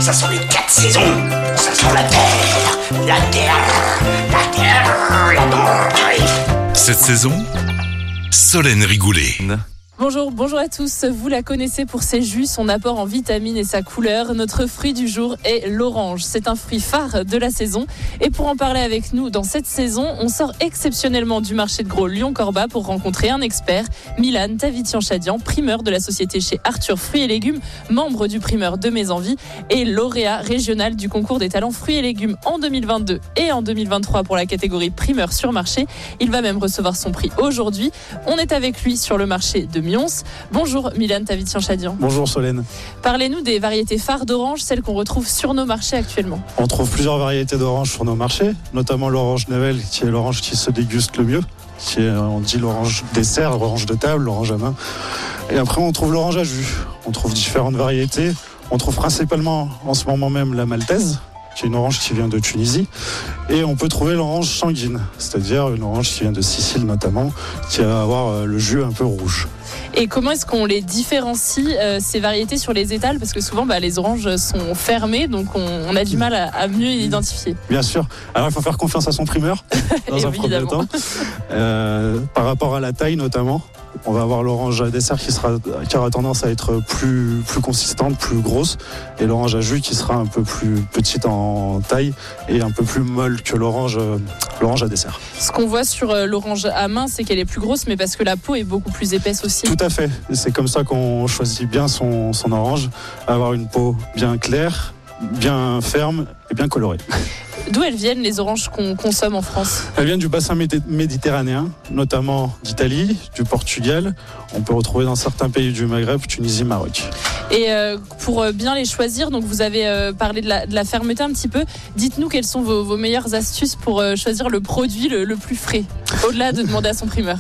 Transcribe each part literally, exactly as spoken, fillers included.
Ça sont les quatre saisons. Ça sent la terre, la terre, la terre, la terre. Cette saison, Solène Rigoulet. Bonjour, bonjour à tous. Vous la connaissez pour ses jus, son apport en vitamines et sa couleur. Notre fruit du jour est l'orange. C'est un fruit phare de la saison. Et pour en parler avec nous dans cette saison, on sort exceptionnellement du marché de gros Lyon-Corba pour rencontrer un expert, Milan Tavitian-Chadian, primeur de la société chez Arthur Fruits et Légumes, membre du primeur de Mes Envies et lauréat régional du concours des talents fruits et légumes en deux mille vingt-deux et en deux mille vingt-trois pour la catégorie primeur sur marché. Il va même recevoir son prix aujourd'hui. On est avec lui sur le marché de Mions. Bonjour Milan Tavitian-Chadian. Bonjour Solène. Parlez-nous des variétés phares d'orange, celles qu'on retrouve sur nos marchés actuellement. On trouve plusieurs variétés d'orange sur nos marchés, notamment l'orange Nevel, qui est l'orange qui se déguste le mieux, qui est, on dit l'orange dessert, l'orange de table, l'orange à main. Et après on trouve l'orange à jus. On trouve différentes variétés. On trouve principalement en ce moment même la maltaise, qui est une orange qui vient de Tunisie. Et on peut trouver l'orange sanguine, c'est-à-dire une orange qui vient de Sicile notamment, qui va avoir le jus un peu rouge. Et comment est-ce qu'on les différencie, euh, ces variétés sur les étals? Parce que souvent, bah, les oranges sont fermées, donc on, on a du mal à, à mieux l'identifier. Bien sûr. Alors, il faut faire confiance à son primeur, dans un premier temps. Euh, par rapport à la taille, notamment, on va avoir l'orange à dessert qui, sera, qui aura tendance à être plus, plus consistante, plus grosse, et l'orange à jus qui sera un peu plus petite en taille et un peu plus molle que l'orange, euh, l'orange à dessert. Ce qu'on voit sur euh, l'orange à main, c'est qu'elle est plus grosse, mais parce que la peau est beaucoup plus épaisse aussi. Tout à fait. C'est comme ça qu'on choisit bien son, son orange, avoir une peau bien claire, bien ferme et bien colorée. D'où elles viennent les oranges qu'on consomme en France? Elles viennent du bassin méditerranéen, notamment d'Italie, du Portugal. On peut retrouver dans certains pays du Maghreb, Tunisie, Maroc. Et euh, pour bien les choisir, donc vous avez euh, parlé de la, de la fermeté un petit peu. Dites-nous quelles sont vos, vos meilleures astuces pour euh, choisir le produit le, le plus frais, au-delà de demander à son primeur.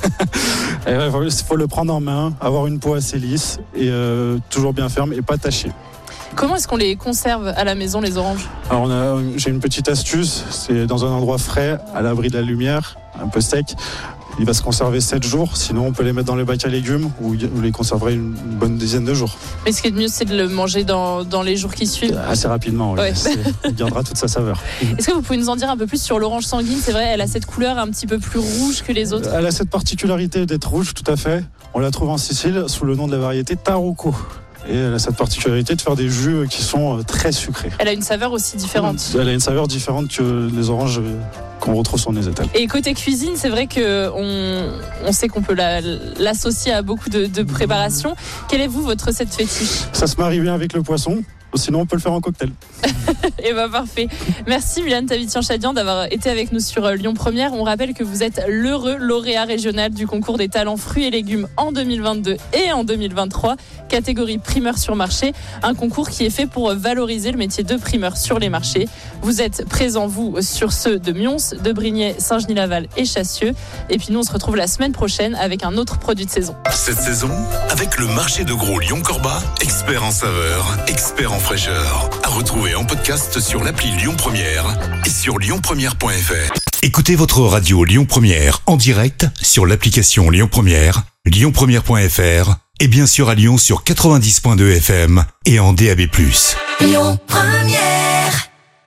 Il faut le prendre en main, avoir une peau assez lisse et euh, toujours bien ferme et pas tachée. Comment est-ce qu'on les conserve à la maison, les oranges? Alors on a, j'ai une petite astuce, c'est dans un endroit frais, à l'abri de la lumière, un peu sec. Il va se conserver sept jours, sinon on peut les mettre dans les bacs à légumes où vous les conserverez une bonne dizaine de jours. Mais ce qui est de mieux, c'est de le manger dans, dans les jours qui suivent. Assez rapidement, oui. Ouais. Il gardera toute sa saveur. Est-ce que vous pouvez nous en dire un peu plus sur l'orange sanguine? C'est vrai, elle a cette couleur un petit peu plus rouge que les autres. Elle a cette particularité d'être rouge, tout à fait. On la trouve en Sicile sous le nom de la variété Tarocco. Et elle a cette particularité de faire des jus qui sont très sucrés. Elle a une saveur aussi différente. Elle a une saveur différente que les oranges qu'on retrouve sur les étals. Et côté cuisine, c'est vrai qu'on on sait qu'on peut la, l'associer à beaucoup de, de préparations. Quelle est, vous, votre recette fétiche? Ça se marie bien avec le poisson. Sinon, on peut le faire en cocktail. Et bah parfait. Merci Milan Tavitian-Chadian d'avoir été avec nous sur Lyon Première. On rappelle que vous êtes l'heureux lauréat régional du concours des talents fruits et légumes en deux mille vingt-deux et en deux mille vingt-trois, catégorie primeur sur marché. Un concours qui est fait pour valoriser le métier de primeur sur les marchés. Vous êtes présents, vous, sur ceux de Mions, de Brignais, Saint-Genis-Laval et Chassieux. Et puis nous, on se retrouve la semaine prochaine avec un autre produit de saison. Cette saison, avec le marché de gros Lyon-Corba, expert en saveur, expert en fraîcheur. À retrouver en podcast sur l'appli Lyon Première et sur lyon première point f r. Écoutez votre radio Lyon Première en direct sur l'application Lyon Première, lyon première point f r et bien sûr à Lyon sur quatre-vingt-dix point deux F M et en D A B plus. Lyon Première.